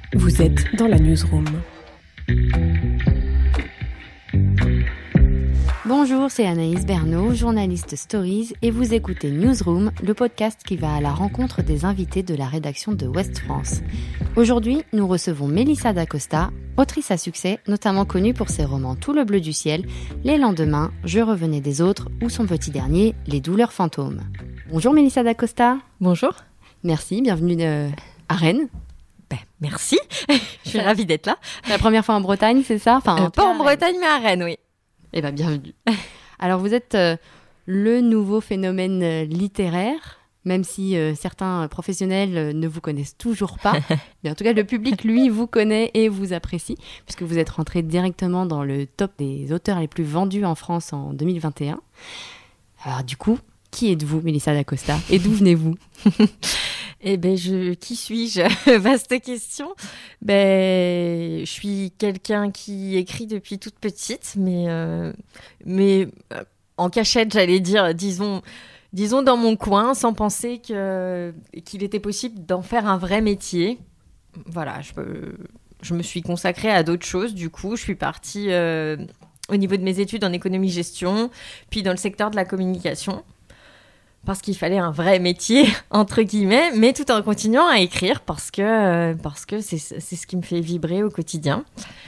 Vous êtes dans la newsroom. Bonjour, c'est Anaïs Bernot, journaliste Stories, et vous écoutez Newsroom, le podcast qui va à la rencontre des invités de la rédaction de Ouest France. Aujourd'hui, nous recevons Mélissa Dacosta, autrice à succès, notamment connue pour ses romans Tout le bleu du ciel, Les lendemains, Je revenais des autres, ou son petit dernier, Les douleurs fantômes. Bonjour Mélissa Dacosta. Bonjour. Merci, bienvenue à Rennes. Merci, je suis ravie d'être là. La première fois en Bretagne, c'est ça? Pas en Bretagne, mais à Rennes, oui. Eh bien, bienvenue. Alors, vous êtes le nouveau phénomène littéraire, même si certains professionnels ne vous connaissent toujours pas. Mais en tout cas, le public, lui, vous connaît et vous apprécie, puisque vous êtes rentré directement dans le top des auteurs les plus vendus en France en 2021. Alors, du coup, qui êtes-vous, Mélissa Dacosta? Et d'où venez-vous? Eh bien, qui suis-je? Vaste question. Je suis quelqu'un qui écrit depuis toute petite, mais en cachette, j'allais dire, disons dans mon coin, sans penser qu'il était possible d'en faire un vrai métier. Voilà, je me suis consacrée à d'autres choses. Du coup, je suis partie au niveau de mes études en économie-gestion, puis dans le secteur de la communication. Parce qu'il fallait un vrai métier, entre guillemets, mais tout en continuant à écrire parce que c'est ce qui me fait vibrer au quotidien.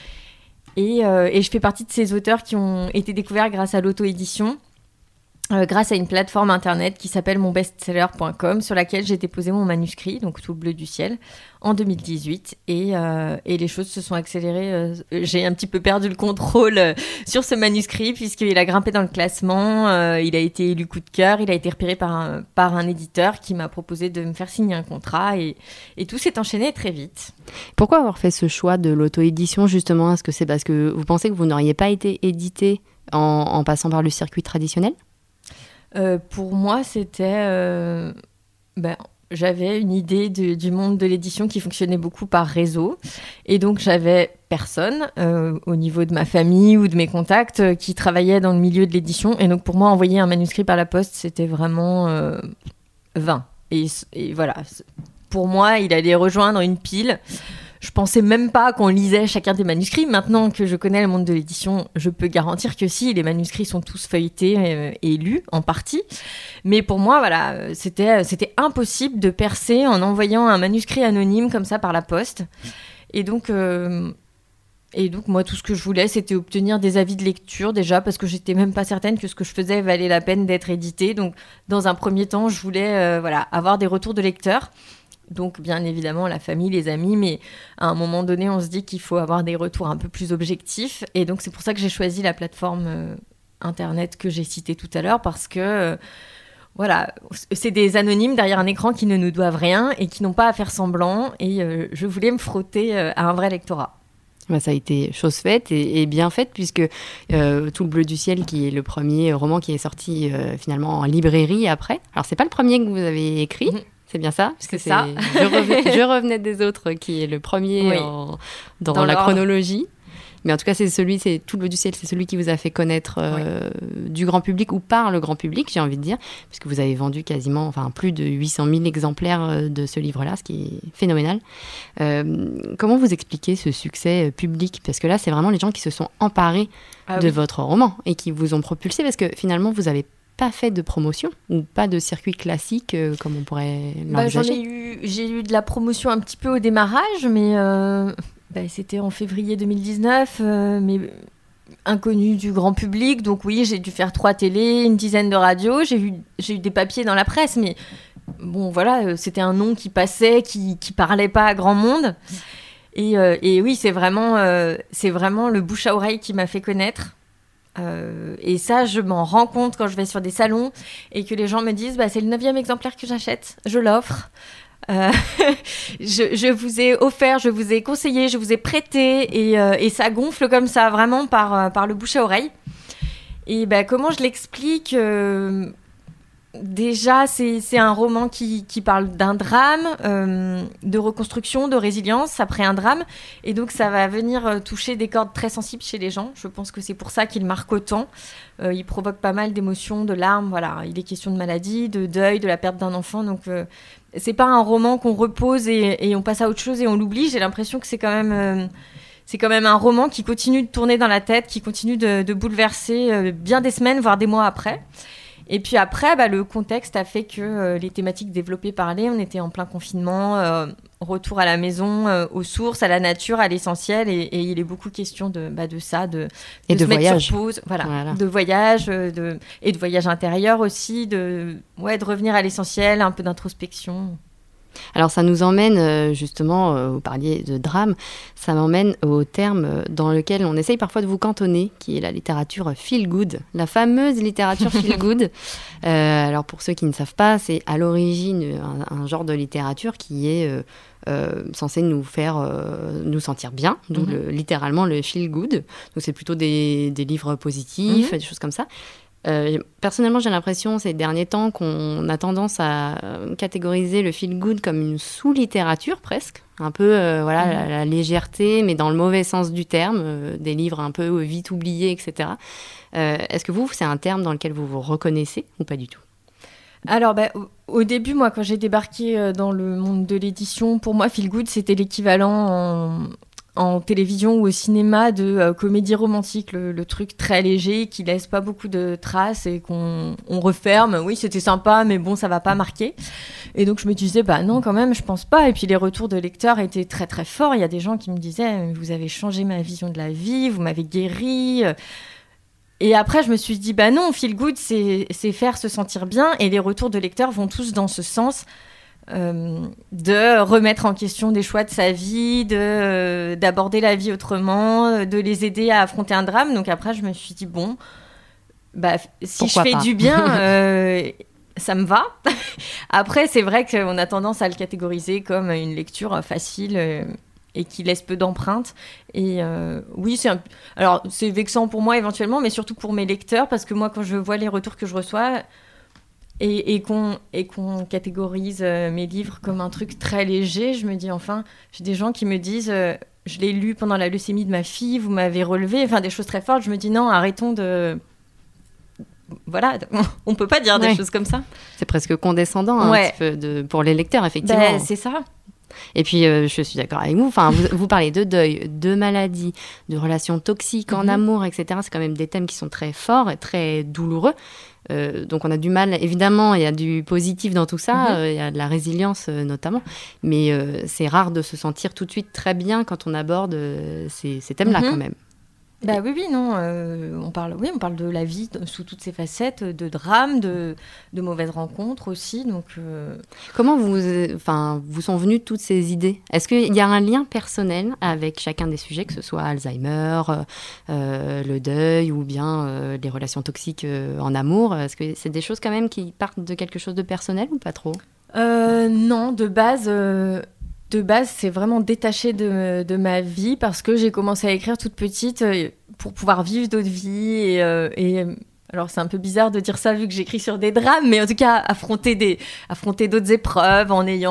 Et je fais partie de ces auteurs qui ont été découverts grâce à l'auto-édition, grâce à une plateforme internet qui s'appelle monbestseller.com, sur laquelle j'ai déposé mon manuscrit, donc Tout le bleu du ciel, en 2018. Et les choses se sont accélérées. J'ai un petit peu perdu le contrôle sur ce manuscrit, puisqu'il a grimpé dans le classement. Il a été élu coup de cœur. Il a été repéré par un éditeur qui m'a proposé de me faire signer un contrat. Et tout s'est enchaîné très vite. Pourquoi avoir fait ce choix de l'auto-édition, justement? Est-ce que c'est parce que vous pensez que vous n'auriez pas été édité en passant par le circuit traditionnel? Pour moi, c'était... j'avais une idée du monde de l'édition qui fonctionnait beaucoup par réseau. Et donc, j'avais personne au niveau de ma famille ou de mes contacts qui travaillait dans le milieu de l'édition. Et donc, pour moi, envoyer un manuscrit par la poste, c'était vraiment vain. Et voilà. Pour moi, il allait rejoindre une pile. Je pensais même pas qu'on lisait chacun des manuscrits. Maintenant que je connais le monde de l'édition, je peux garantir que si, les manuscrits sont tous feuilletés et lus en partie. Mais pour moi, voilà, c'était impossible de percer en envoyant un manuscrit anonyme comme ça par la poste. Et donc, moi, tout ce que je voulais, c'était obtenir des avis de lecture déjà, parce que j'étais même pas certaine que ce que je faisais valait la peine d'être édité. Donc, dans un premier temps, je voulais avoir des retours de lecteurs. Donc, bien évidemment, la famille, les amis, mais à un moment donné, on se dit qu'il faut avoir des retours un peu plus objectifs. Et donc, c'est pour ça que j'ai choisi la plateforme Internet que j'ai citée tout à l'heure, parce que, c'est des anonymes derrière un écran qui ne nous doivent rien et qui n'ont pas à faire semblant. Et je voulais me frotter à un vrai lectorat. Ça a été chose faite et bien faite, puisque Tout le bleu du ciel, qui est le premier roman qui est sorti finalement en librairie après. Alors, c'est pas le premier que vous avez écrit. C'est bien ça? Parce que c'est ça. Je revenais des autres, qui est le premier dans la chronologie. Mais en tout cas, Tout le bleu du ciel, c'est celui qui vous a fait connaître du grand public, ou par le grand public, j'ai envie de dire, puisque vous avez vendu plus de 800 000 exemplaires de ce livre-là, ce qui est phénoménal. Comment vous expliquez ce succès public? Parce que là, c'est vraiment les gens qui se sont emparés de votre roman et qui vous ont propulsé, parce que finalement, vous avez pas fait de promotion ou pas de circuit classique comme on pourrait l'envisager? J'ai eu de la promotion un petit peu au démarrage, mais c'était en février 2019, mais inconnu du grand public. Donc oui, j'ai dû faire 3 télés, une dizaine de radios. J'ai eu des papiers dans la presse, mais bon, voilà, c'était un nom qui passait, qui parlait pas à grand monde. Et oui, c'est vraiment le bouche à oreille qui m'a fait connaître. Et ça, je m'en rends compte quand je vais sur des salons et que les gens me disent c'est le 9e exemplaire que j'achète, je l'offre. Je vous ai offert, je vous ai conseillé, je vous ai prêté, et ça gonfle comme ça, vraiment par le bouche à oreille. Et comment je l'explique? Déjà, c'est un roman qui parle d'un drame, de reconstruction, de résilience après un drame. Et donc, ça va venir toucher des cordes très sensibles chez les gens. Je pense que c'est pour ça qu'il marque autant. Il provoque pas mal d'émotions, de larmes. Voilà. Il est question de maladie, de deuil, de la perte d'un enfant. Donc, c'est pas un roman qu'on repose et on passe à autre chose et on l'oublie. J'ai l'impression que c'est quand même un roman qui continue de tourner dans la tête, qui continue de bouleverser bien des semaines, voire des mois après. Et puis après, le contexte a fait que les thématiques développées par Lé, on était en plein confinement, retour à la maison, aux sources, à la nature, à l'essentiel. Et il est beaucoup question de ça, de se mettre sur pause. Voilà. De voyage, et de voyage intérieur aussi, de revenir à l'essentiel, un peu d'introspection. Alors ça nous emmène justement, vous parliez de drame, ça m'emmène au terme dans lequel on essaye parfois de vous cantonner, qui est la littérature feel good, la fameuse littérature feel good. Alors pour ceux qui ne savent pas, c'est à l'origine un genre de littérature qui est censé nous faire nous sentir bien, d'où littéralement le feel good. Donc c'est plutôt des livres positifs, des choses comme ça. Personnellement, j'ai l'impression ces derniers temps qu'on a tendance à catégoriser le feel good comme une sous-littérature presque, un peu la légèreté, mais dans le mauvais sens du terme, des livres un peu vite oubliés, etc. Est-ce que c'est un terme dans lequel vous vous reconnaissez ou pas du tout ? Alors, au début, moi, quand j'ai débarqué dans le monde de l'édition, pour moi, feel good, c'était l'équivalent en télévision ou au cinéma de comédie romantique, le truc très léger qui laisse pas beaucoup de traces et qu'on referme. Oui, c'était sympa, mais bon, ça va pas marquer. Et donc je me disais, non, quand même, je pense pas. Et puis les retours de lecteurs étaient très très forts. Il y a des gens qui me disaient, vous avez changé ma vision de la vie, vous m'avez guéri. Et après, je me suis dit, non, feel good, c'est faire se sentir bien. Et les retours de lecteurs vont tous dans ce sens. De remettre en question des choix de sa vie, d'aborder la vie autrement, de les aider à affronter un drame. Donc après, je me suis dit, si pourquoi je fais du bien, ça me va. Après, c'est vrai qu'on a tendance à le catégoriser comme une lecture facile et qui laisse peu d'empreintes. Et oui, alors c'est vexant pour moi éventuellement, mais surtout pour mes lecteurs, parce que moi, quand je vois les retours que je reçois... Et qu'on catégorise mes livres comme un truc très léger, je me dis j'ai des gens qui me disent je l'ai lu pendant la leucémie de ma fille, vous m'avez relevé, des choses très fortes. Je me dis non, arrêtons de... Voilà, on peut pas dire des choses comme ça. C'est presque condescendant un petit peu pour les lecteurs, effectivement. C'est ça. Et puis, je suis d'accord avec vous. Vous parlez de deuil, de maladie, de relations toxiques en amour, etc. C'est quand même des thèmes qui sont très forts et très douloureux. Donc on a du mal, évidemment, il y a du positif dans tout ça, il y a de la résilience notamment, mais c'est rare de se sentir tout de suite très bien quand on aborde ces thèmes-là quand même. Oui, non, on parle de la vie sous toutes ses facettes, de drames, de mauvaises rencontres aussi. Donc, comment vous sont venues toutes ces idées ? Est-ce qu'il y a un lien personnel avec chacun des sujets, que ce soit Alzheimer, le deuil ou bien les relations toxiques en amour ? Est-ce que c'est des choses quand même qui partent de quelque chose de personnel ou pas trop ? Non, de base, c'est vraiment détaché de ma vie parce que j'ai commencé à écrire toute petite pour pouvoir vivre d'autres vies. Et alors, c'est un peu bizarre de dire ça vu que j'écris sur des drames, mais en tout cas, affronter d'autres épreuves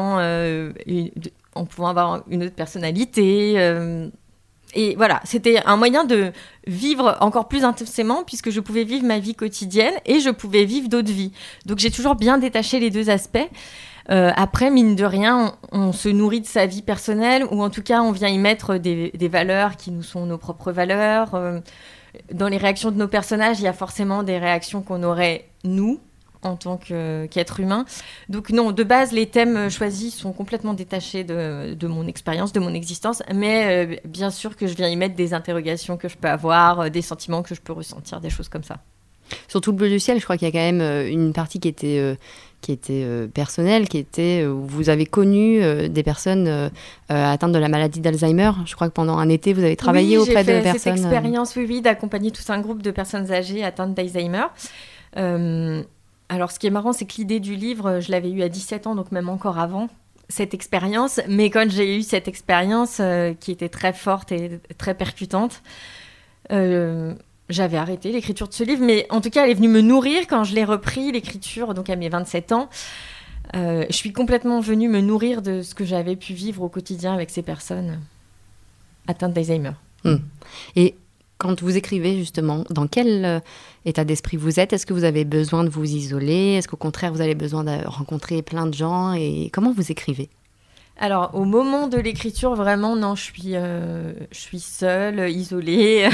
en pouvant avoir une autre personnalité. Et voilà, c'était un moyen de vivre encore plus intensément puisque je pouvais vivre ma vie quotidienne et je pouvais vivre d'autres vies. Donc, j'ai toujours bien détaché les deux aspects. Après, mine de rien, on se nourrit de sa vie personnelle ou en tout cas, on vient y mettre des valeurs qui nous sont nos propres valeurs. Dans les réactions de nos personnages, il y a forcément des réactions qu'on aurait, nous, en tant qu'être humain. Donc non, de base, les thèmes choisis sont complètement détachés de mon expérience, de mon existence, mais bien sûr que je viens y mettre des interrogations que je peux avoir, des sentiments que je peux ressentir, des choses comme ça. Sur Tout le bleu du ciel, je crois qu'il y a quand même une partie qui était personnelle, où vous avez connu des personnes atteintes de la maladie d'Alzheimer. Je crois que pendant un été, vous avez travaillé auprès de personnes... Oui, j'ai fait cette expérience, d'accompagner tout un groupe de personnes âgées atteintes d'Alzheimer. Alors, ce qui est marrant, c'est que l'idée du livre, je l'avais eue à 17 ans, donc même encore avant cette expérience. Mais quand j'ai eu cette expérience qui était très forte et très percutante... j'avais arrêté l'écriture de ce livre, mais en tout cas, elle est venue me nourrir quand je l'ai repris, l'écriture, donc à mes 27 ans. Je suis complètement venue me nourrir de ce que j'avais pu vivre au quotidien avec ces personnes atteintes d'Alzheimer. Et Quand vous écrivez, justement, dans quel état d'esprit vous êtes? Est-ce que vous avez besoin de vous isoler? Est-ce qu'au contraire, vous avez besoin de rencontrer plein de gens? Et comment vous écrivez? Alors, au moment de l'écriture, vraiment, non, je suis seule, isolée.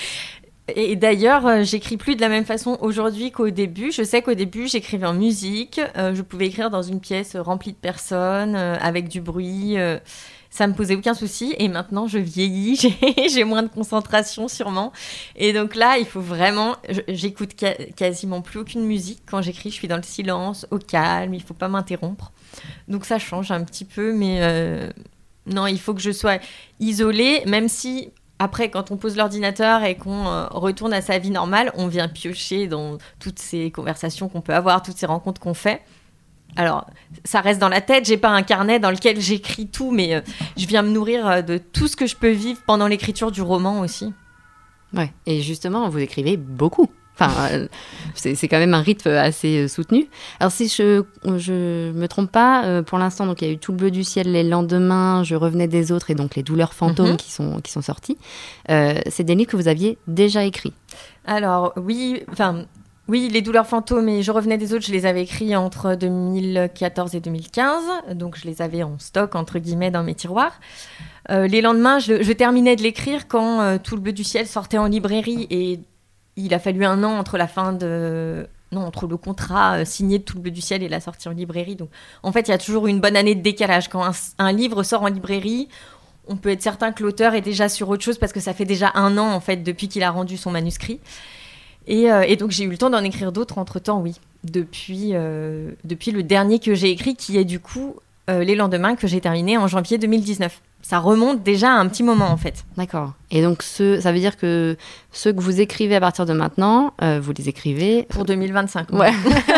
Et d'ailleurs, j'écris plus de la même façon aujourd'hui qu'au début. Je sais qu'au début, j'écrivais en musique. Je pouvais écrire dans une pièce remplie de personnes, avec du bruit. Ça me posait aucun souci. Et maintenant, je vieillis, j'ai moins de concentration sûrement. Et donc là, il faut vraiment... J'écoute quasiment plus aucune musique. Quand j'écris, je suis dans le silence, au calme. Il faut pas m'interrompre. Donc ça change un petit peu. Mais non, il faut que je sois isolée, même si... Après, quand on pose l'ordinateur et qu'on retourne à sa vie normale, on vient piocher dans toutes ces conversations qu'on peut avoir, toutes ces rencontres qu'on fait. Alors, ça reste dans la tête. J'ai pas un carnet dans lequel j'écris tout, mais je viens me nourrir de tout ce que je peux vivre pendant l'écriture du roman aussi. Ouais. Et justement, vous écrivez beaucoup. Enfin, c'est quand même un rythme assez soutenu. Alors, si je me trompe pas, pour l'instant, donc il y a eu Tout le bleu du ciel, Les lendemains, Je revenais des autres et donc Les douleurs fantômes qui sont sortis. C'est des livres que vous aviez déjà écrits. Alors, oui, Les douleurs fantômes et Je revenais des autres, je les avais écrits entre 2014 et 2015. Donc, je les avais en stock, entre guillemets, dans mes tiroirs. Les lendemains, je terminais de l'écrire quand Tout le bleu du ciel sortait en librairie et il a fallu un an entre entre le contrat signé de Tout le bleu du ciel et la sortie en librairie. Donc, en fait, il y a toujours une bonne année de décalage. Quand un livre sort en librairie, on peut être certain que l'auteur est déjà sur autre chose parce que ça fait déjà un an, en fait, depuis qu'il a rendu son manuscrit. Et donc, j'ai eu le temps d'en écrire d'autres entre-temps, oui. Depuis le dernier que j'ai écrit, qui est du coup Les lendemains, que j'ai terminé en janvier 2019. Ça remonte déjà à un petit moment, en fait. D'accord. Et donc, ça veut dire que ceux que vous écrivez à partir de maintenant, vous les écrivez... Pour 2025. Ouais.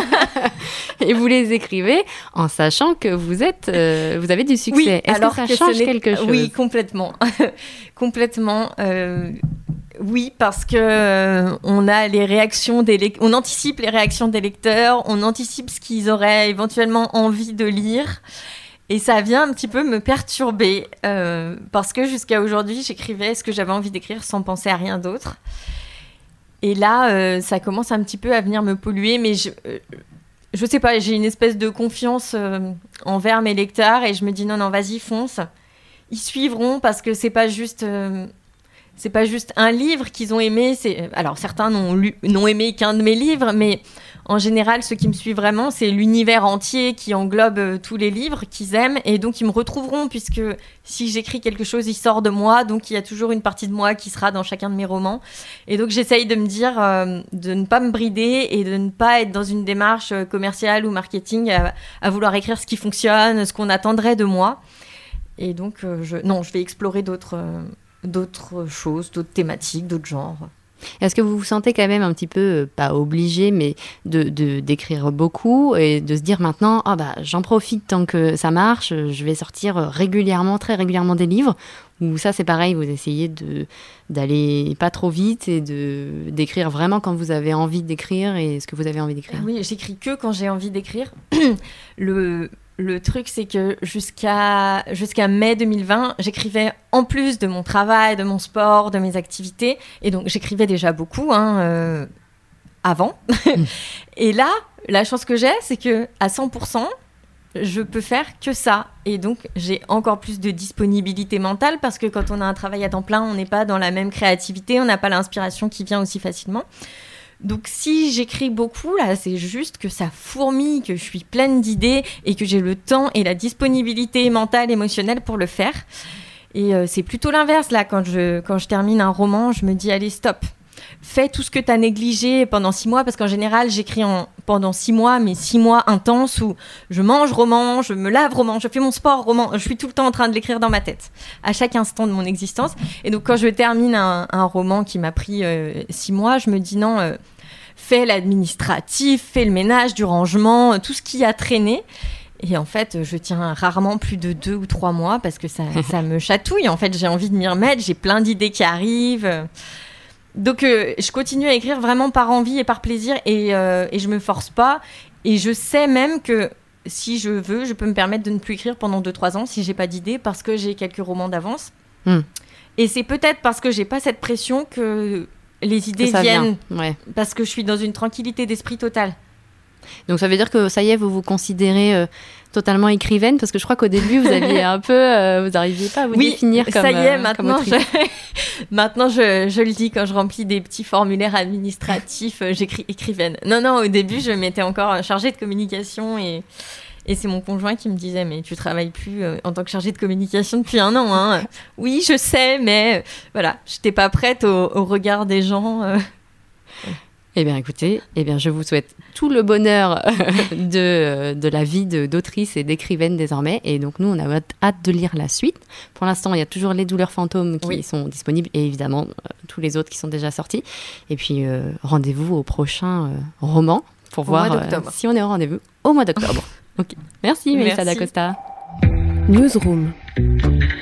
Et vous les écrivez en sachant que vous avez du succès. Oui, est-ce que ça change quelque chose? Oui, complètement. Complètement. Oui, parce que on a les réactions on anticipe les réactions des lecteurs, on anticipe ce qu'ils auraient éventuellement envie de lire. Et ça vient un petit peu me perturber parce que jusqu'à aujourd'hui, j'écrivais ce que j'avais envie d'écrire sans penser à rien d'autre. Et là, ça commence un petit peu à venir me polluer, mais je sais pas, j'ai une espèce de confiance envers mes lecteurs et je me dis non, vas-y, fonce. Ils suivront parce que c'est pas juste un livre qu'ils ont aimé. Alors, certains n'ont aimé qu'un de mes livres, mais en général, ceux qui me suivent vraiment, c'est l'univers entier qui englobe tous les livres qu'ils aiment. Et donc, ils me retrouveront, puisque si j'écris quelque chose, il sort de moi. Donc, il y a toujours une partie de moi qui sera dans chacun de mes romans. Et donc, j'essaye de me dire de ne pas me brider et de ne pas être dans une démarche commerciale ou marketing à vouloir écrire ce qui fonctionne, ce qu'on attendrait de moi. Et donc, je vais explorer d'autres choses, d'autres thématiques, d'autres genres. Est-ce que vous vous sentez quand même un petit peu, pas obligé, mais d'écrire beaucoup et de se dire maintenant, j'en profite tant que ça marche, je vais sortir régulièrement, très régulièrement des livres, ou ça c'est pareil, vous essayez d'aller pas trop vite et d'écrire vraiment quand vous avez envie d'écrire et ce que vous avez envie d'écrire? Oui, j'écris que quand j'ai envie d'écrire. Le truc, c'est que jusqu'à mai 2020, j'écrivais en plus de mon travail, de mon sport, de mes activités. Et donc, j'écrivais déjà beaucoup avant. Et là, la chance que j'ai, c'est qu'à 100%, je peux faire que ça. Et donc, j'ai encore plus de disponibilité mentale parce que quand on a un travail à temps plein, on n'est pas dans la même créativité, on n'a pas l'inspiration qui vient aussi facilement. Donc, si j'écris beaucoup, là, c'est juste que ça fourmille, que je suis pleine d'idées et que j'ai le temps et la disponibilité mentale, émotionnelle pour le faire. Et c'est plutôt l'inverse, là. Quand je termine un roman, je me dis, allez, stop. Fais tout ce que tu as négligé pendant 6 mois, parce qu'en général, j'écris pendant 6 mois, mais 6 mois intenses où je mange roman, je me lave roman, je fais mon sport roman, je suis tout le temps en train de l'écrire dans ma tête, à chaque instant de mon existence. Et donc, quand je termine un roman qui m'a pris 6 mois, je me dis non, fais l'administratif, fais le ménage, du rangement, tout ce qui a traîné. Et en fait, je tiens rarement plus de 2 ou 3 mois parce que ça me chatouille. En fait, j'ai envie de m'y remettre, j'ai plein d'idées qui arrivent. Donc, je continue à écrire vraiment par envie et par plaisir et je me force pas. Et je sais même que si je veux, je peux me permettre de ne plus écrire pendant 2-3 ans si j'ai pas d'idée parce que j'ai quelques romans d'avance. Et c'est peut-être parce que j'ai pas cette pression que les idées viennent. Ouais. Parce que je suis dans une tranquillité d'esprit totale. Donc ça veut dire que ça y est, vous vous considérez totalement écrivaine, parce que je crois qu'au début vous aviez un peu, vous n'arriviez pas à vous définir comme autrice. Ça y est, maintenant je le dis quand je remplis des petits formulaires administratifs, j'écris écrivaine. Non, au début je m'étais encore chargée de communication et c'est mon conjoint qui me disait mais tu travailles plus en tant que chargée de communication depuis 1 an. Hein. Oui, je sais, mais voilà, je n'étais pas prête au regard des gens. Eh bien, écoutez, je vous souhaite tout le bonheur de la vie d'autrice et d'écrivaine désormais. Et donc, nous, on a hâte de lire la suite. Pour l'instant, il y a toujours Les Douleurs fantômes qui sont disponibles et évidemment, tous les autres qui sont déjà sortis. Et puis, rendez-vous au prochain roman pour voir si on est au rendez-vous au mois d'octobre. Okay. Merci, Mélissa Dacosta. Newsroom.